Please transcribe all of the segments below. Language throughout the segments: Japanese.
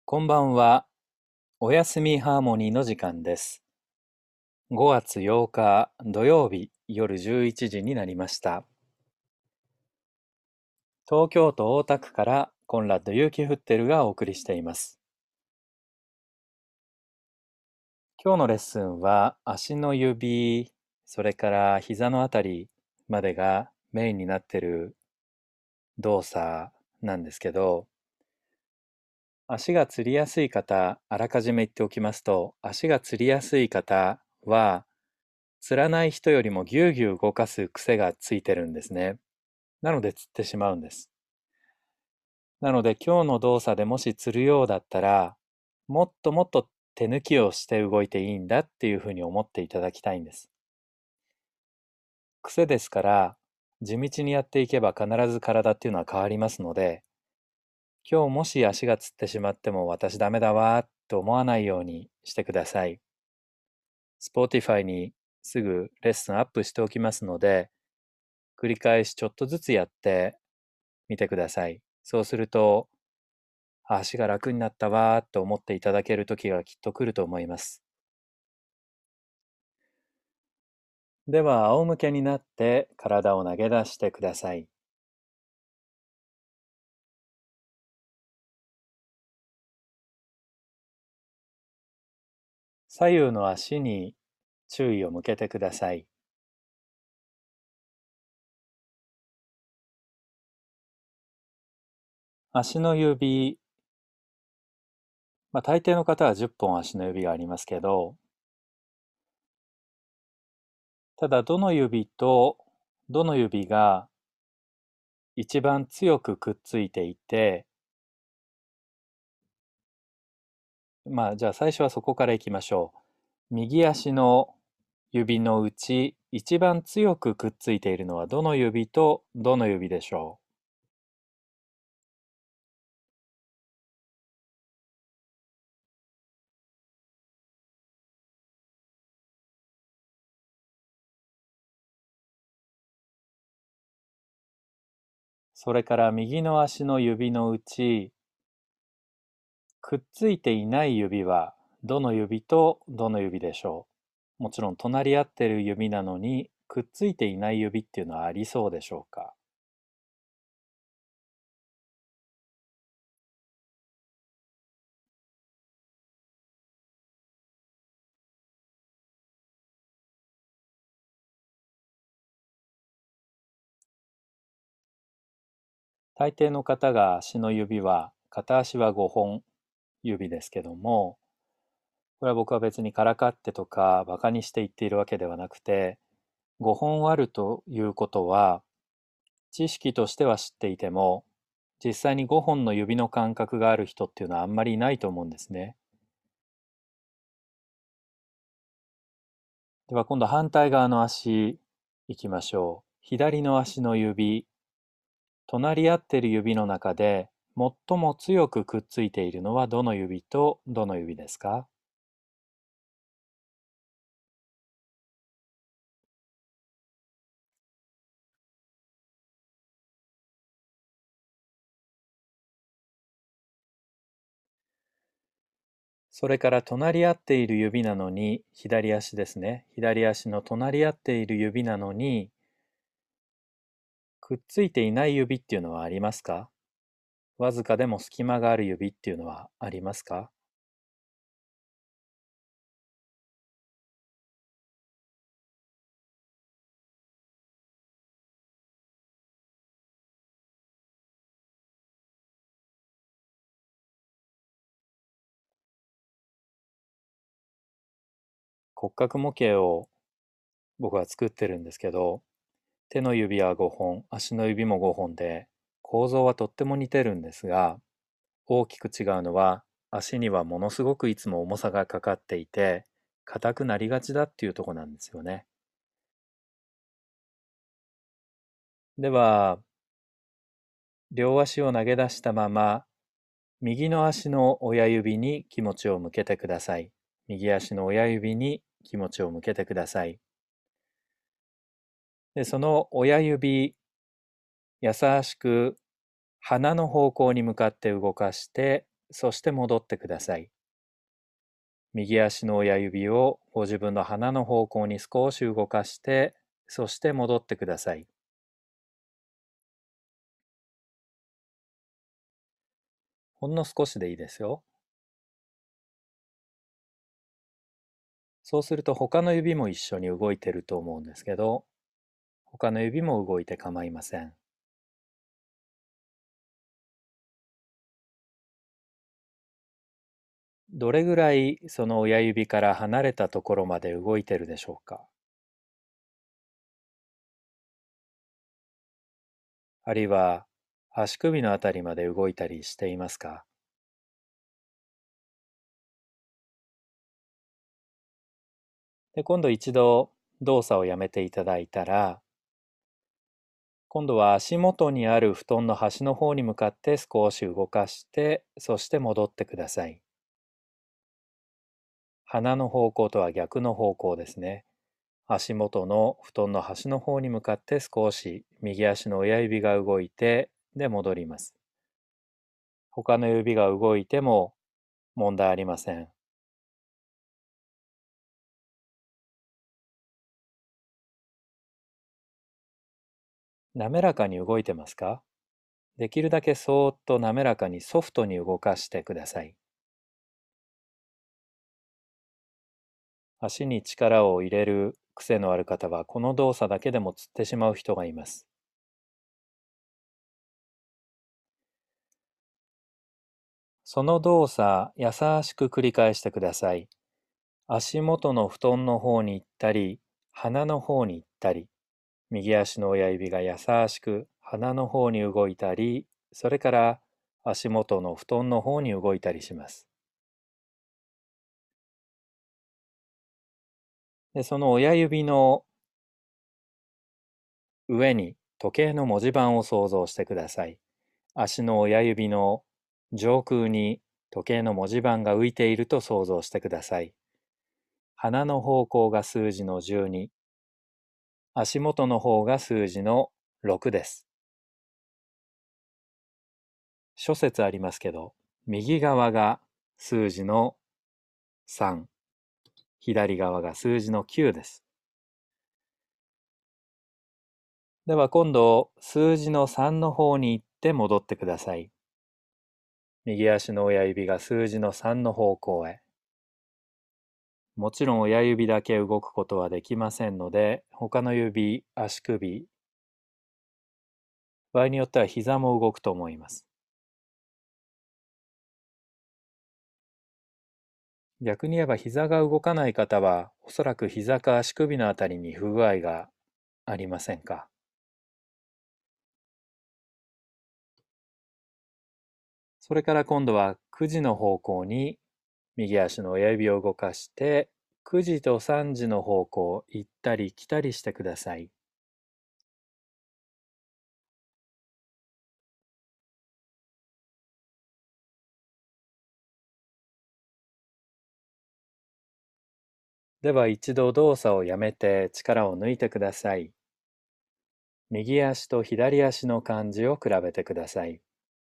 こんばんは。おやすみハーモニーの時間です。5月8日土曜日夜11時になりました。東京都大田区からコンラッド・ユーキフッテルがお送りしています。今日のレッスンは足の指、それから膝のあたりまでがメインになっている動作なんですけど、足がつりやすい方、あらかじめ言っておきますと、足がつりやすい方はつらない人よりもぎゅうぎゅう動かす癖がついてるんですね。なのでつってしまうんです。なので今日の動作でもしつるようだったら、もっともっと手抜きをして動いていいんだっていうふうに思っていただきたいんです。癖ですから、地道にやっていけば必ず体っていうのは変わりますので、今日もし足がつってしまっても私ダメだわと思わないようにしてください。Spotify にすぐレッスンアップしておきますので、繰り返しちょっとずつやってみてください。そうすると、足が楽になったわーと思っていただける時がきっと来ると思います。では、仰向けになって体を投げ出してください。左右の足に注意を向けてください。足の指、大抵の方は10本足の指がありますけど、ただどの指とどの指が一番強くくっついていて、じゃあ最初はそこからいきましょう。右足の指のうち一番強くくっついているのはどの指とどの指でしょう？それから右の足の指のうちくっついていない指はどの指とどの指でしょう？もちろん隣り合っている指なのにくっついていない指っていうのはありそうでしょうか？大抵の方が足の指は片足は5本指ですけども、これは僕は別にからかってとかバカにして言っているわけではなくて、5本あるということは知識としては知っていても、実際に5本の指の感覚がある人っていうのはあんまりいないと思うんですね。では今度反対側の足いきましょう。左の足の指、隣り合っている指の中で最も強くくっついているのはどの指とどの指ですか？それから隣り合っている指なのに、左足ですね。左足の隣り合っている指なのに、くっついていない指っていうのはありますか？わずかでも隙間がある指っていうのはありますか？骨格模型を僕は作ってるんですけど、手の指は5本、足の指も5本で、構造はとっても似てるんですが、大きく違うのは、足にはものすごくいつも重さがかかっていて、硬くなりがちだっていうとこなんですよね。では、両足を投げ出したまま、右の足の親指に気持ちを向けてください。右足の親指に気持ちを向けてください。で、その親指、優しく鼻の方向に向かって動かしてそして戻ってください。右足の親指をご自分の鼻の方向に少し動かして、そして戻ってください。ほんの少しでいいですよ。そうすると他の指も一緒に動いてると思うんですけど、他の指も動いて構いません。どれぐらいその親指から離れたところまで動いてるでしょうか。あるいは足首のあたりまで動いたりしていますか。で、今度一度動作をやめていただいたら、今度は足元にある布団の端の方に向かって少し動かして、そして戻ってください。鼻の方向とは逆の方向ですね。足元の布団の端の方に向かって少し右足の親指が動いて、で戻ります。他の指が動いても問題ありません。滑らかに動いてますか。できるだけそーっと滑らかにソフトに動かしてください。足に力を入れる癖のある方はこの動作だけでもつってしまう人がいます。その動作、優しく繰り返してください。足元の布団の方に行ったり、鼻の方に行ったり、右足の親指が優しく鼻の方に動いたり、それから足元の布団の方に動いたりします。で、その親指の上に時計の文字盤を想像してください。足の親指の上空に時計の文字盤が浮いていると想像してください。鼻の方向が数字の12、足元の方が数字の6です。諸説ありますけど、右側が数字の3、左側が数字の9です。では今度、数字の3の方に行って戻ってください。右足の親指が数字の3の方向へ。もちろん親指だけ動くことはできませんので、他の指、足首、場合によっては膝も動くと思います。逆に言えば膝が動かない方は、おそらく膝か足首のあたりに不具合がありませんか。それから今度は9時の方向に右足の親指を動かして、9時と3時の方向行ったり来たりしてください。では一度動作をやめて力を抜いてください。右足と左足の感じを比べてください。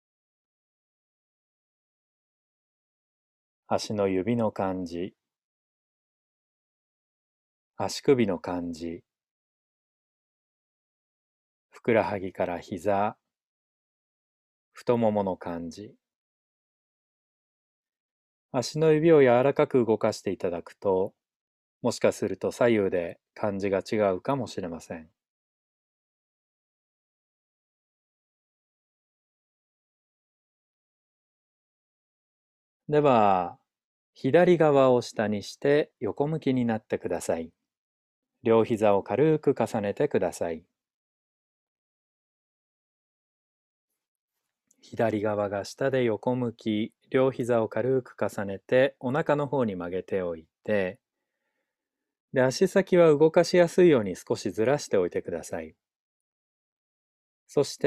足の指の感じ、足首の感じ、ふくらはぎから膝、太ももの感じ。足の指を柔らかく動かしていただくと、もしかすると左右で感じが違うかもしれません。では、左側を下にして横向きになってください。両膝を軽く重ねてください。左側が下で横向き、両膝を軽く重ねてお腹の方に曲げておいて、で、足先は動かしやすいように少しずらしておいてください。そして、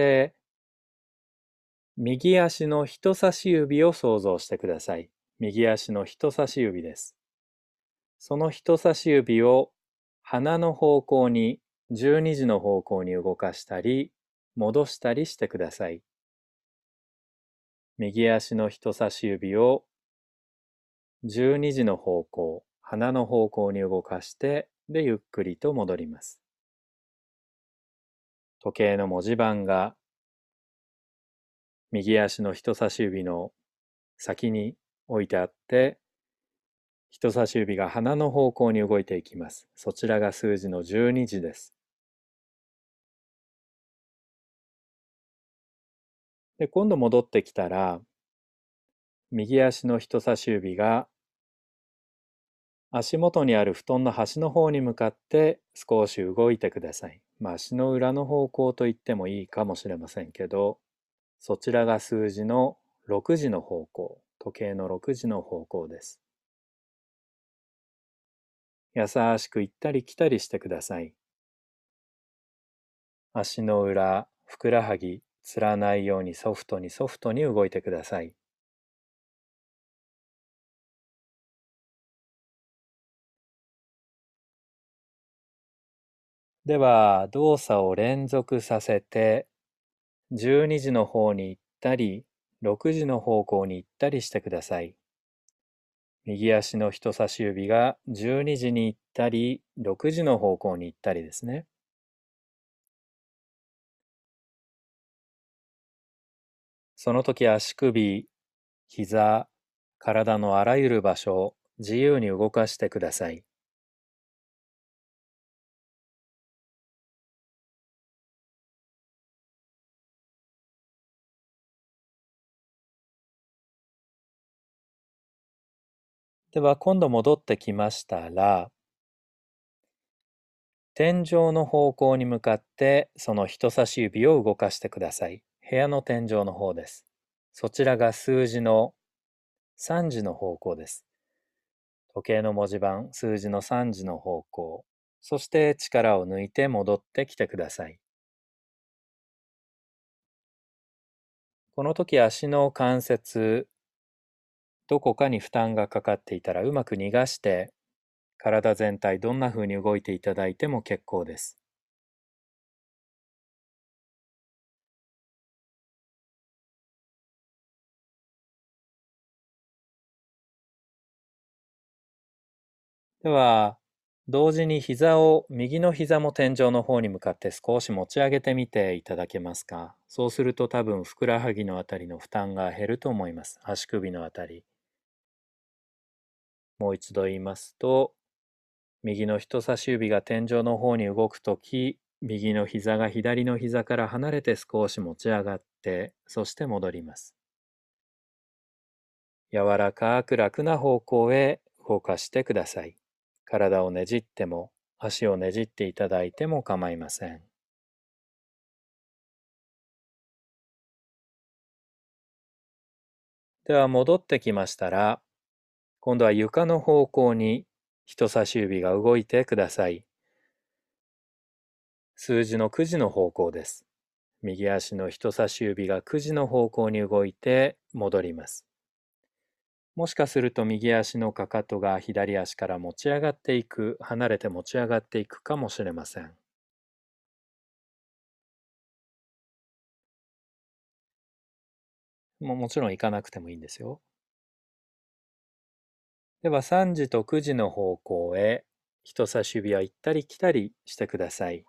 右足の人差し指を想像してください。右足の人差し指です。その人差し指を鼻の方向に12時の方向に動かしたり、戻したりしてください。 右足の人差し指を12時の方向、鼻の方向に動かして、で、ゆっくりと戻ります。時計の文字盤が右足の人差し指の先に置いてあって、人差し指が鼻の方向に動いていきます。そちらが数字の12時です。で、今度戻ってきたら、右足の人差し指が足元にある布団の端の方に向かって少し動いてください。足の裏の方向と言ってもいいかもしれませんけど、そちらが数字の6時の方向、時計の6時の方向です。優しく行ったり来たりしてください。足の裏、ふくらはぎ、つらないようにソフトにソフトに動いてください。では、動作を連続させて、12時の方に行ったり、6時の方向に行ったりしてください。右足の人差し指が12時に行ったり、6時の方向に行ったりですね。その時足首、膝、体のあらゆる場所、自由に動かしてください。では今度戻ってきましたら、天井の方向に向かってその人差し指を動かしてください。部屋の天井の方です。そちらが数字の3時の方向です。時計の文字盤、数字の3時の方向。そして力を抜いて戻ってきてください。この時足の関節、どこかに負担がかかっていたらうまく逃がして、体全体どんな風に動いていただいても結構です。では、同時に右の膝も天井の方に向かって少し持ち上げてみていただけますか。そうすると多分ふくらはぎのあたりの負担が減ると思います。足首のあたり。もう一度言いますと、右の人差し指が天井の方に動くとき、右の膝が左の膝から離れて少し持ち上がって、そして戻ります。柔らかく楽な方向へ動かしてください。体をねじっても、足をねじっていただいても構いません。では戻ってきましたら、今度は床の方向に人差し指が動いてください。数字の9時の方向です。右足の人差し指が9時の方向に動いて戻ります。もしかすると右足のかかとが左足から持ち上がっていく、離れて持ち上がっていくかもしれません。もちろん行かなくてもいいんですよ。では3時と9時の方向へ人差し指は行ったり来たりしてください。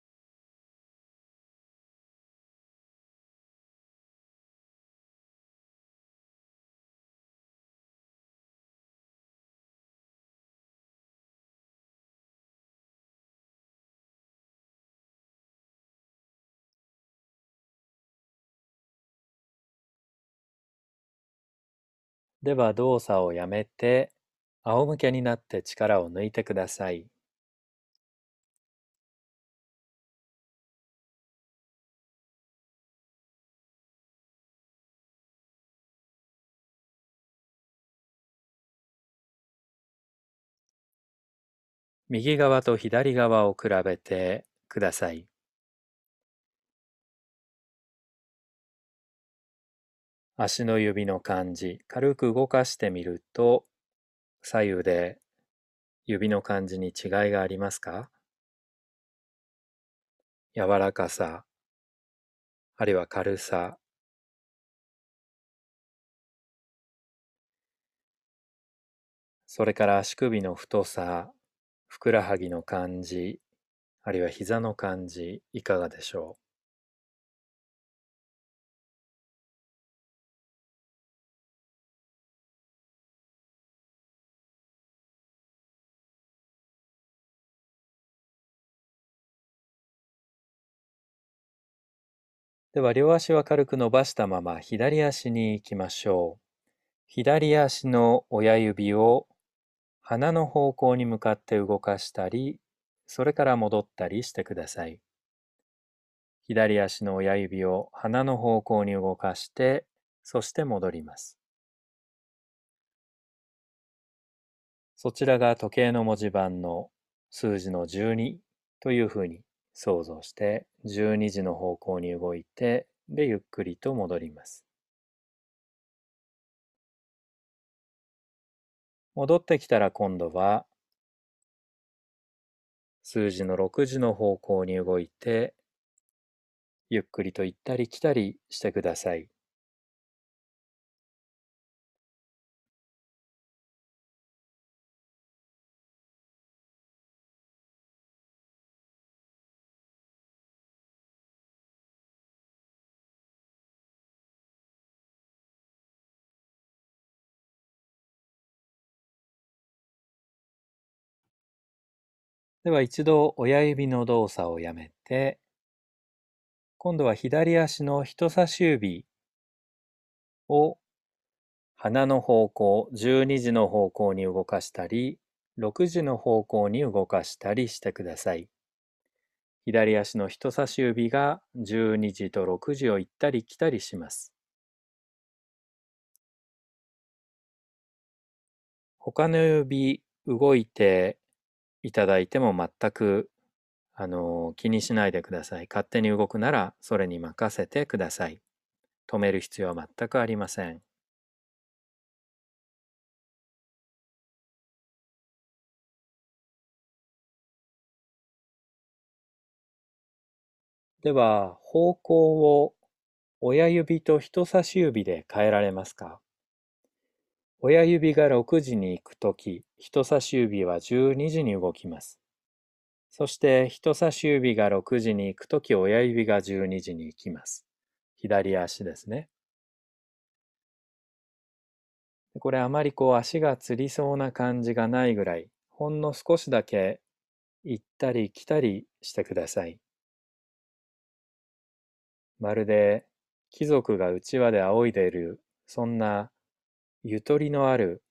では動作をやめて、仰向けになって力を抜いてください。右側と左側を比べてください。足の指の感じ、軽く動かしてみると、左右で指の感じに違いがありますか？柔らかさ、あるいは軽さ、 それから足首の太さ、ふくらはぎの感じ、あるいは膝の感じ、いかがでしょう。では両足は軽く伸ばしたまま左足に行きましょう。左足の親指を鼻の方向に向かって動かしたり、それから戻ったりしてください。左足の親指を鼻の方向に動かして、そして戻ります。そちらが時計の文字盤の数字の12というふうに想像して、12時の方向に動いて、でゆっくりと戻ります。戻ってきたら今度は数字の6時の方向に動いて、ゆっくりと行ったり来たりしてください。では一度親指の動作をやめて、今度は左足の人差し指を鼻の方向、12時の方向に動かしたり、6時の方向に動かしたりしてください。左足の人差し指が12時と6時を行ったり来たりします。他の指動いていただいても全く気にしないでください。勝手に動くならそれに任せてください。止める必要は全くありません。では、方向を親指と人差し指で変えられますか？親指が6時に行くとき、人差し指は12時に動きます。そして人差し指が6時に行くとき、親指が12時に行きます。左足ですね。これあまり足がつりそうな感じがないぐらい、ほんの少しだけ行ったり来たりしてください。まるで貴族がうちわで仰いでいる、そんなゆとりのある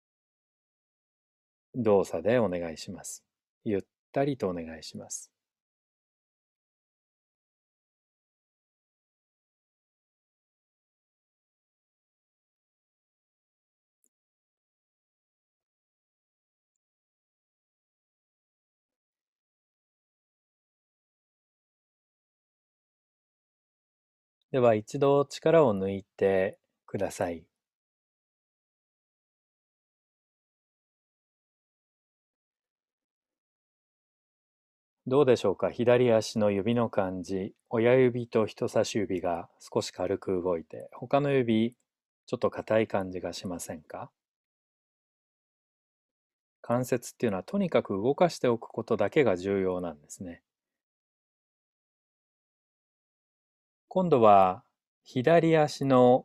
動作でお願いします。ゆったりとお願いします。では一度力を抜いてください。どうでしょうか？左足の指の感じ、親指と人差し指が少し軽く動いて、他の指、ちょっと硬い感じがしませんか？関節っていうのはとにかく動かしておくことだけが重要なんですね。今度は左足の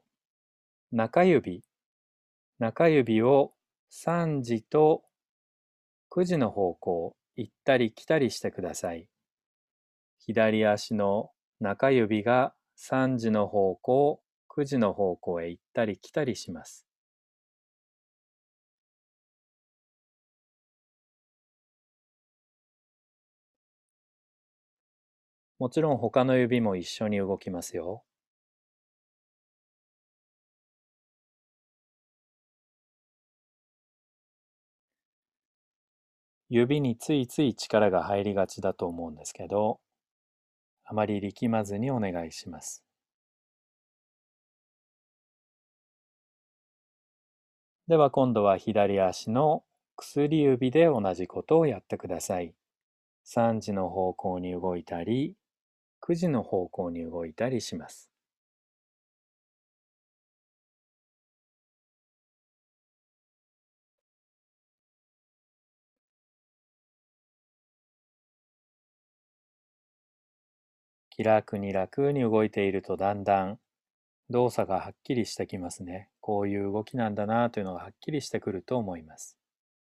中指を3時と9時の方向、行ったり来たりしてください。左足の中指が3時の方向、9時の方向へ行ったり来たりします。もちろん他の指も一緒に動きますよ。指についつい力が入りがちだと思うんですけど、あまり力まずにお願いします。では今度は左足の薬指で同じことをやってください。3時の方向に動いたり、9時の方向に動いたりします。 気楽に楽に動いているとだんだん動作がはっきりしてきますね。こういう動きなんだなというのがはっきりしてくると思います。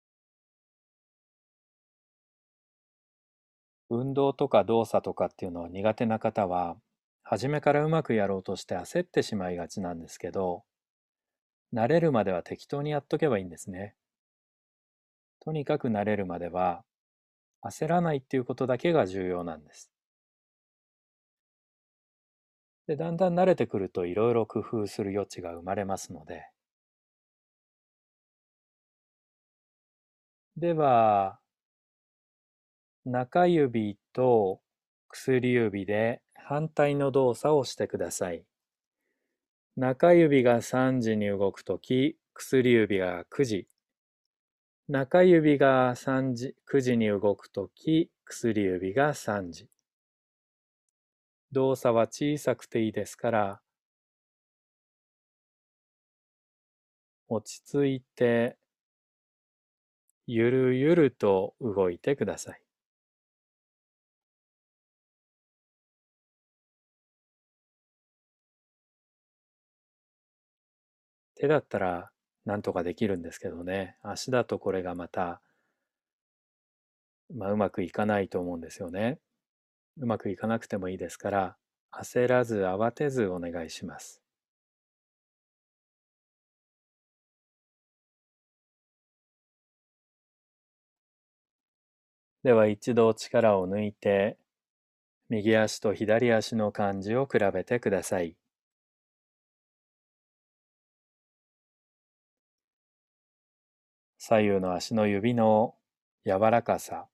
運動とか動作とかっていうのは苦手な方は、初めからうまくやろうとして焦ってしまいがちなんですけど、慣れるまでは適当にやっとけばいいんですね。とにかく慣れるまでは焦らないっていうことだけが重要なんです。で、だんだん慣れてくるといろいろ工夫する余地が生まれますので、では、中指と薬指で反対の動作をしてください。中指が3時に動くとき、薬指が9時。中指が3時、9時に動くとき、薬指が3時。動作は小さくていいですから、落ち着いて、ゆるゆると動いてください。手だったらなんとかできるんですけどね、足だとこれがまた、うまくいかないと思うんですよね。うまくいかなくてもいいですから、焦らず慌てずお願いします。では一度力を抜いて、右足と左足の感じを比べてください。左右の足の指の柔らかさ、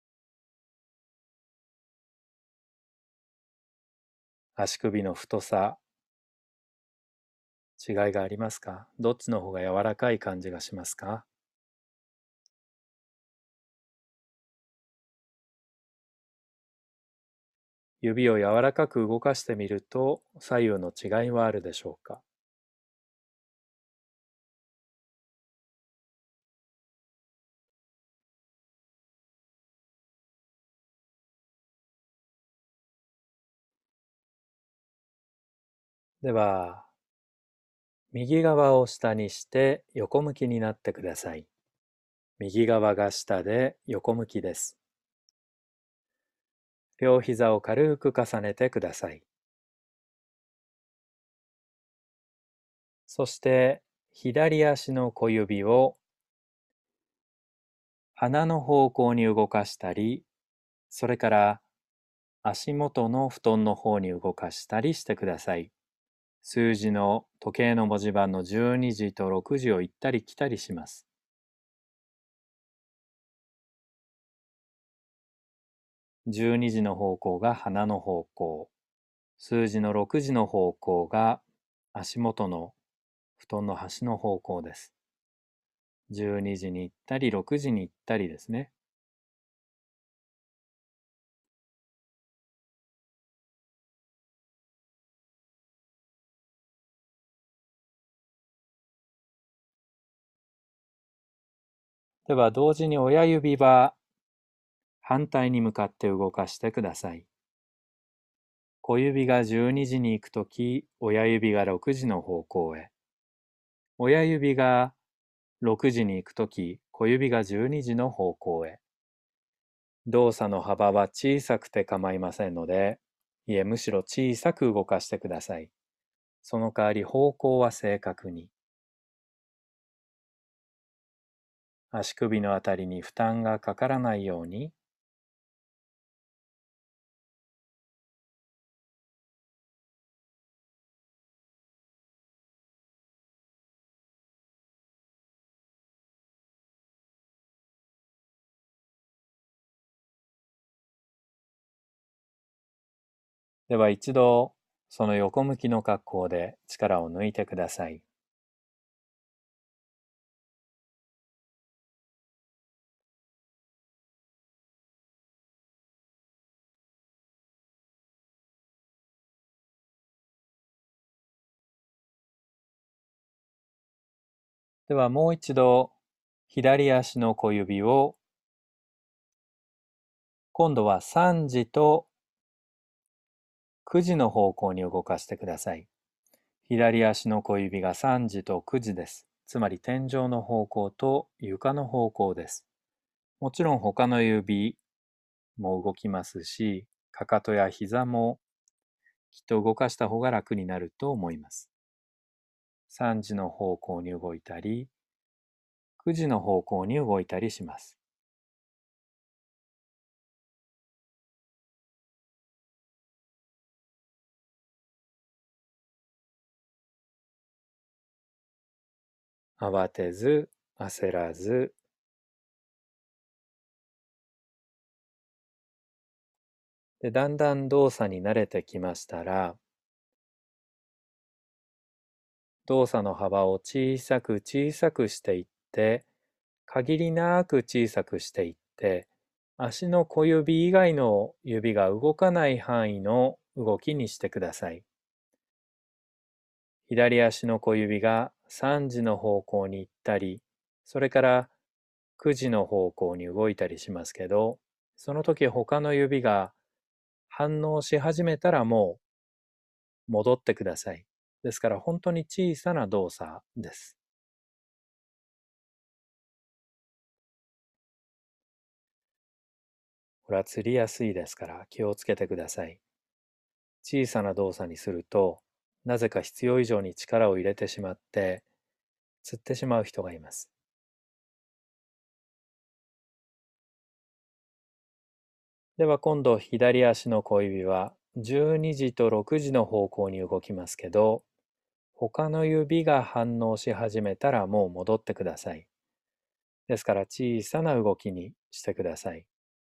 足首の太さ、違いがありますか？どっちの方が柔らかい感じがしますか？指を柔らかく動かしてみると左右の違いはあるでしょうか？では、右側を下にして横向きになってください。右側が下で横向きです。両膝を軽く重ねてください。そして左足の小指を鼻の方向に動かしたり、それから足元の布団の方に動かしたりしてください。数字の時計の文字盤の12時と6時を行ったり来たりします。12時の方向が鼻の方向、数字の6時の方向が足元の布団の端の方向です。12時に行ったり6時に行ったりですね。では同時に親指は反対に向かって動かしてください。小指が12時に行くとき、親指が6時の方向へ。親指が6時に行くとき、小指が12時の方向へ。動作の幅は小さくて構いませんので、むしろ小さく動かしてください。その代わり方向は正確に。足首のあたりに負担がかからないように、では一度その横向きの格好で力を抜いてください。ではもう一度左足の小指を今度は3時と 9時の方向に動かしてください。左足の小指が3時と9時です。つまり天井の方向と床の方向です。もちろん他の指も動きますし、かかとや膝もきっと動かした方が楽になると思います。3時の方向に動いたり、9時の方向に動いたりします。慌てず、焦らず、で、だんだん動作に慣れてきましたら、動作の幅を小さく小さくしていって、限りなく小さくしていって、足の小指以外の指が動かない範囲の動きにしてください。左足の小指が3時の方向に行ったり、それから9時の方向に動いたりしますけど、その時他の指が反応し始めたらもう戻ってください。ですから本当に小さな動作です。これは釣りやすいですから気をつけてください。小さな動作にすると、なぜか必要以上に力を入れてしまって、釣ってしまう人がいます。では今度左足の小指は12時と6時の方向に動きますけど、他の指が反応し始めたらもう戻ってください。ですから小さな動きにしてください。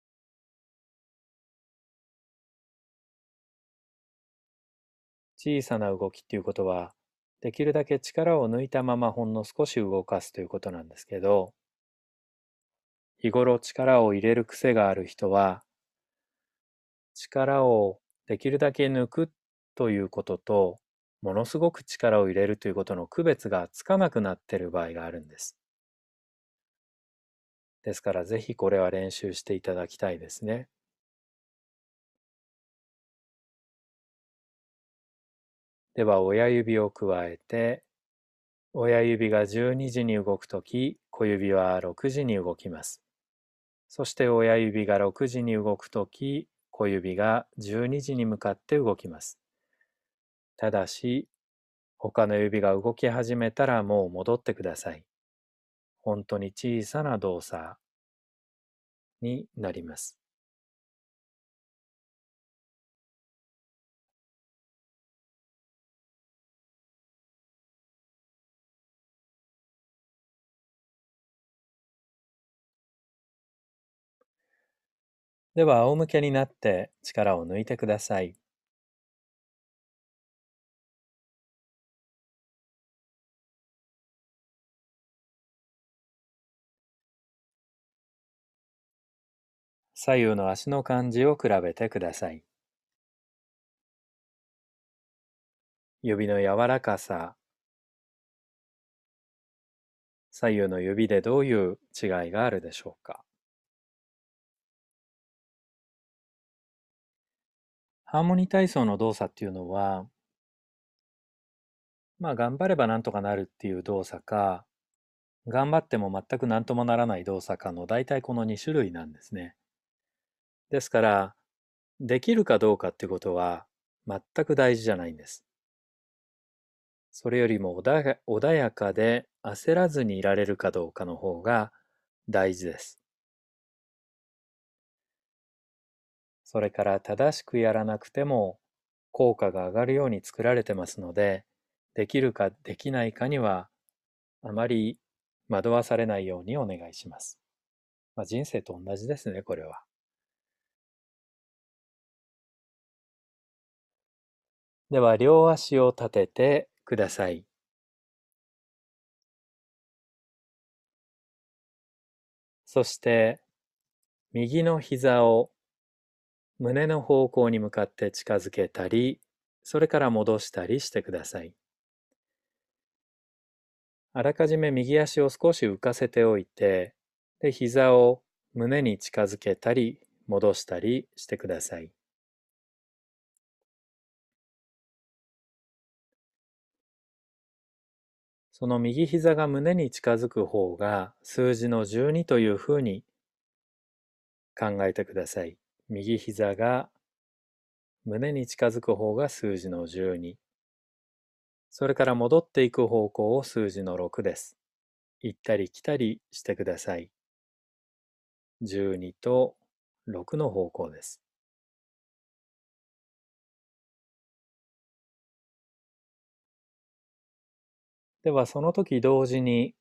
小さな動きっていうことは、できるだけ力を抜いたままほんの少し動かすということなんですけど、日頃力を入れる癖がある人は、力をできるだけ抜くということと、ものすごく力を入れるということの区別がつかなくなっている場合があるんです。ですからぜひこれは練習していただきたいですね。では親指を加えて、親指が12時に動くとき、小指は6時に動きます。そして親指が6時に動くとき、小指が12時に向かって動きます。ただし、他の指が動き始めたらもう戻ってください。本当に小さな動作になります。では仰向けになって力を抜いてください。左右の足の感じを比べてください。指の柔らかさ、左右の指でどういう違いがあるでしょうか。ハーモニー体操の動作っていうのは、頑張ればなんとかなるっていう動作か、頑張っても全く何ともならない動作かの大体この2種類なんですね。ですから、できるかどうかっていうことは全く大事じゃないんです。それよりも穏やかで焦らずにいられるかどうかの方が大事です。それから正しくやらなくても効果が上がるように作られてますので、できるかできないかにはあまり惑わされないようにお願いします。人生と同じですね、これは。では、両足を立ててください。そして、右の膝を胸の方向に向かって近づけたり、それから戻したりしてください。あらかじめ右足を少し浮かせておいて、で、膝を胸に近づけたり、戻したりしてください。 その右膝が胸に近づく方が数字の12というふうに考えてください。右膝が胸に近づく方が数字の12。それから戻っていく方向を数字の6です。行ったり来たりしてください。12と6の方向です。ではその時同時に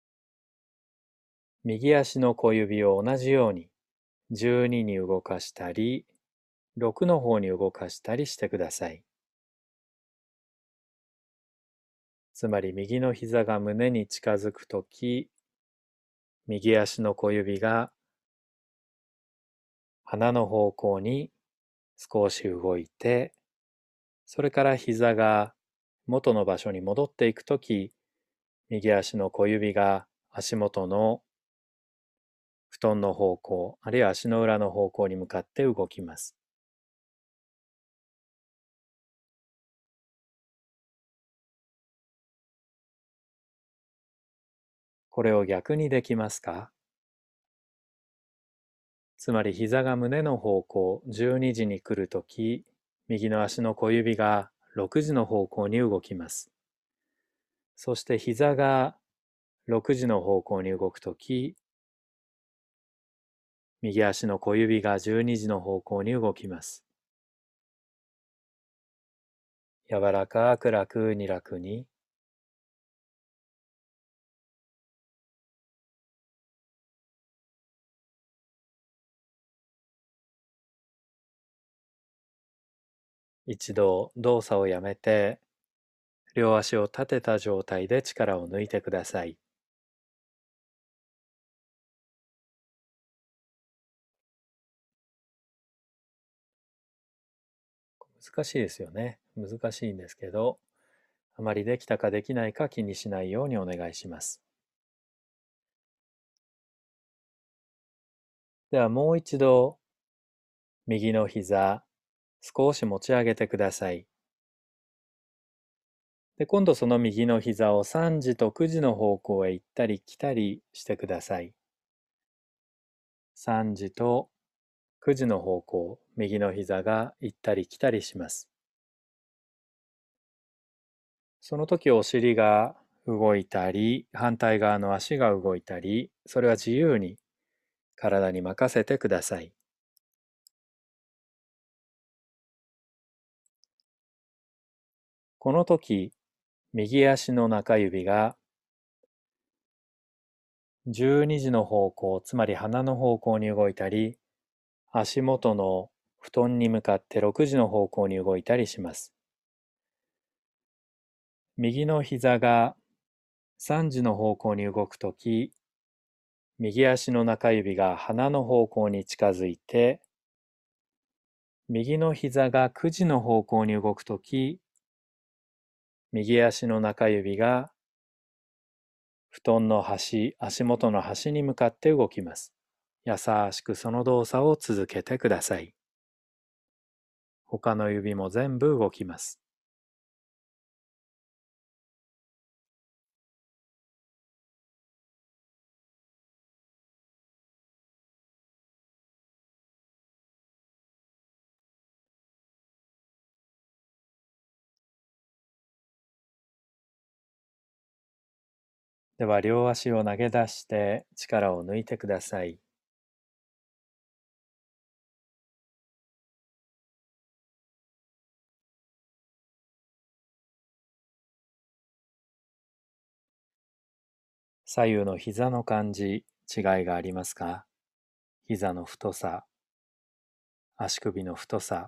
右足の小指を同じように12に動かしたり6の方に動かしたりしてください。つまり右の膝が胸に近づくとき、右足の小指が鼻の方向に少し動いて、それから膝が元の場所に戻っていくとき、右足の小指が足元の布団の方向、あるいは足の裏の方向に向かって動きます。これを逆にできますか？つまり膝が胸の方向12時に来るとき、右の足の小指が6時の方向に動きます。そして膝が6時の方向に動くとき、右足の小指が12時の方向に動きます。柔らかく楽に楽に。一度動作をやめて、両足を立てた状態で力を抜いてください。難しいですよね。難しいんですけど、あまりできたかできないか気にしないようにお願いします。ではもう一度、右の膝、少し持ち上げてください。で、今度その右の膝を3時と9時の方向へ行ったり来たりしてください。3時と9時の方向、右の膝が行ったり来たりします。その時お尻が動いたり、反対側の足が動いたり、それは自由に体に任せてください。この時、右足の中指が12時の方向、つまり鼻の方向に動いたり、足元の布団に向かって6時の方向に動いたりします。右の膝が3時の方向に動くとき、右足の中指が鼻の方向に近づいて、右の膝が9時の方向に動くとき、右足の中指が布団の端、足元の端に向かって動きます。優しくその動作を続けてください。他の指も全部動きます。では両足を投げ出して力を抜いてください。左右の膝の感じ、違いがありますか？膝の太さ、足首の太さ、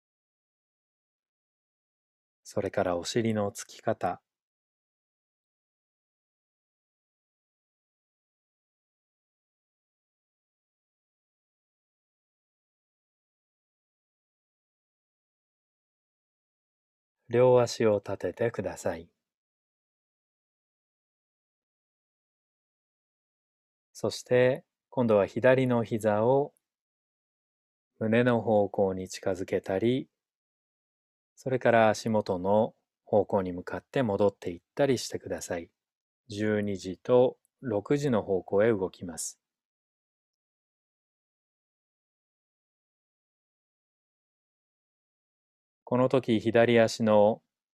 それからお尻のつき方、両足を立ててください。そして今度は左の膝を胸の方向に近づけたり、それから足元の方向に向かって戻っていったりしてください。 12時と6時の方向へ動きます。この時、左足の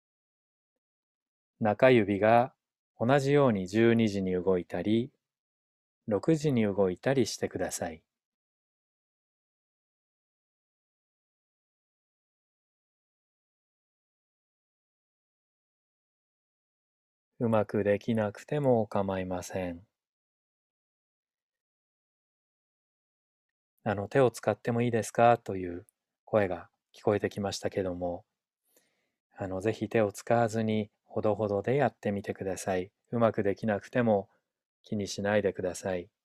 中指が同じように12時に動いたり、6時に動いたりしてください。うまくできなくても構いません。手を使ってもいいですかという声が聞こえてきましたけども、ぜひ手を使わずにほどほどでやってみてください。うまくできなくても気にしないでください。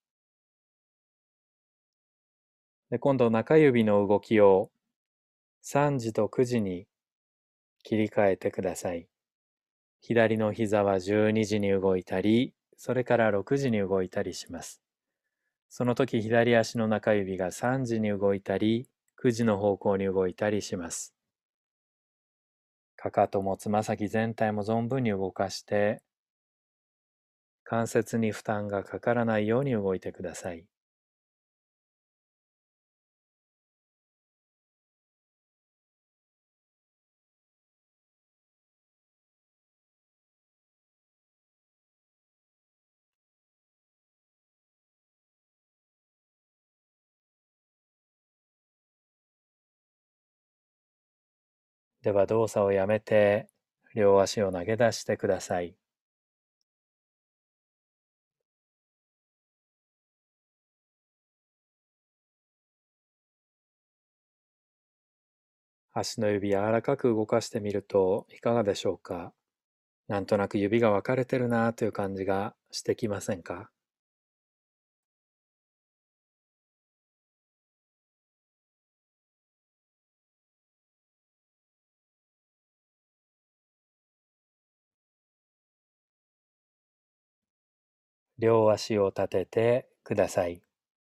で、今度中指の動きを3時と9時に切り替えてください。左の膝は12時に動いたり、それから6時に動いたりします。その時左足の中指が3時に動いたり、9時の方向に動いたりします。かかともつま先全体も存分に動かして、関節に負担がかからないように動いてください。では動作をやめて、両足を投げ出してください。足の指柔らかく動かしてみるといかがでしょうか。なんとなく指が分かれてるなという感じがしてきませんか。両足を立ててください。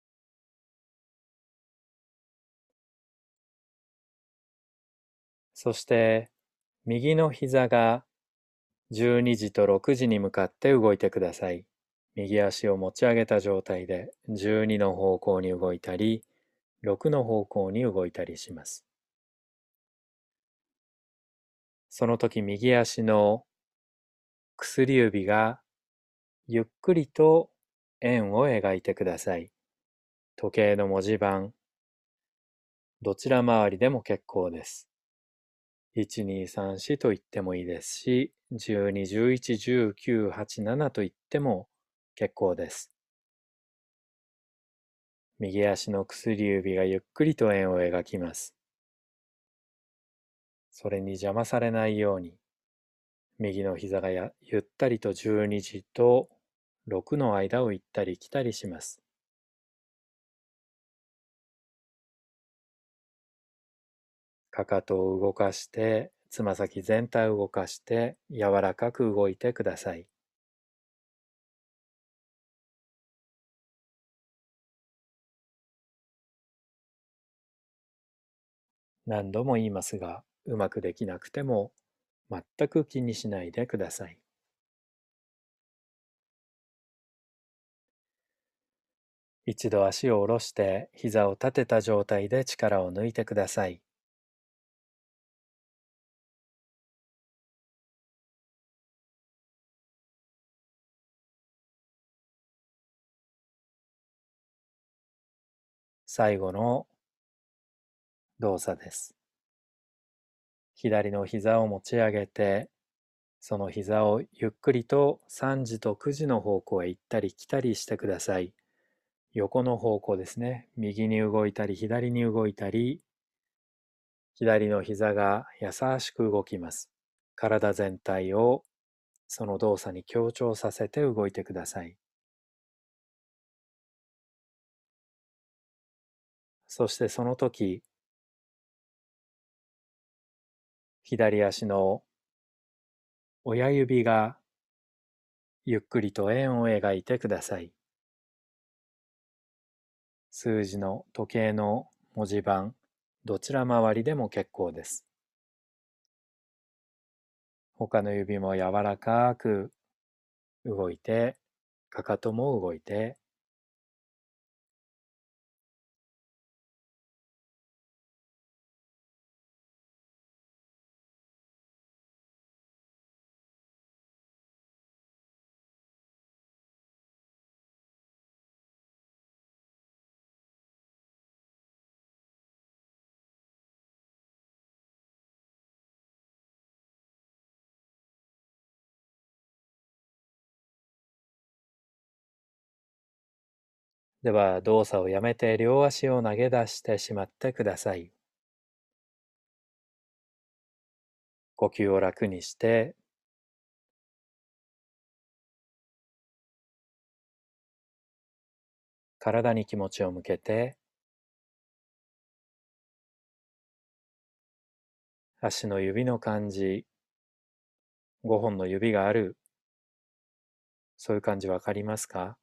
そして右の膝が12時と6時に向かって動いてください。右足を持ち上げた状態で12の方向に動いたり、6の方向に動いたりします。その時右足の薬指がゆっくりと円を描いてください。時計の文字盤、どちら回りでも結構です。1234と言ってもいいですし、12、11、19、8、7と言っても結構です。右足の薬指がゆっくりと円を描きます。それに邪魔されないように、右の膝がゆったりと12時と6の間を行ったり来たりします。かかとを動かして、つま先全体を動かして、柔らかく動いてください。何度も言いますが、うまくできなくても全く気にしないでください。一度足を下ろして膝を立てた状態で力を抜いてください。最後の動作です。左の膝を持ち上げて、その膝をゆっくりと3時と9時の方向へ行ったり来たりしてください。横の方向ですね。右に動いたり左に動いたり、左の膝が優しく動きます。体全体をその動作に強調させて動いてください。そしてその時、左足の親指がゆっくりと円を描いてください。数字の時計の文字盤、どちら回りでも結構です。他の指も柔らかく動いて、かかとも動いて、では動作をやめて両足を投げ出してしまってください。呼吸を楽にして、体に気持ちを向けて、足の指の感じ、5本の指がある、そういう感じわかりますか？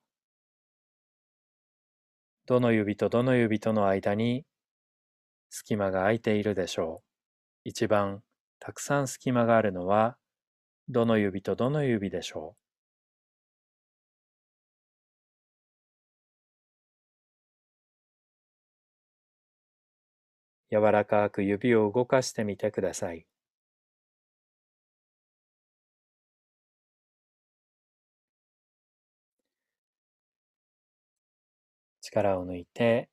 どの指とどの指との間に隙間が空いているでしょう。一番たくさん隙間があるのはどの指とどの指でしょう。柔らかく指を動かしてみてください。力を抜いて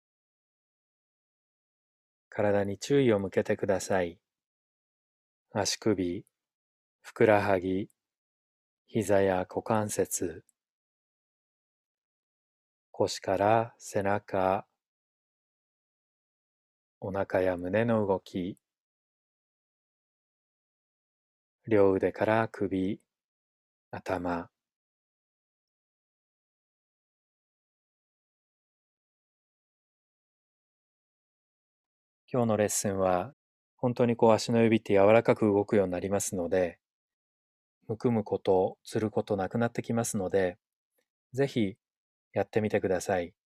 体に注意を向けてください。足首、ふくらはぎ、膝や股関節、腰から背中、お腹や胸の動き、両腕から首、頭。今日のレッスンは本当に足の指って柔らかく動くようになりますので、むくむこと、つることなくなってきますので、ぜひやってみてください。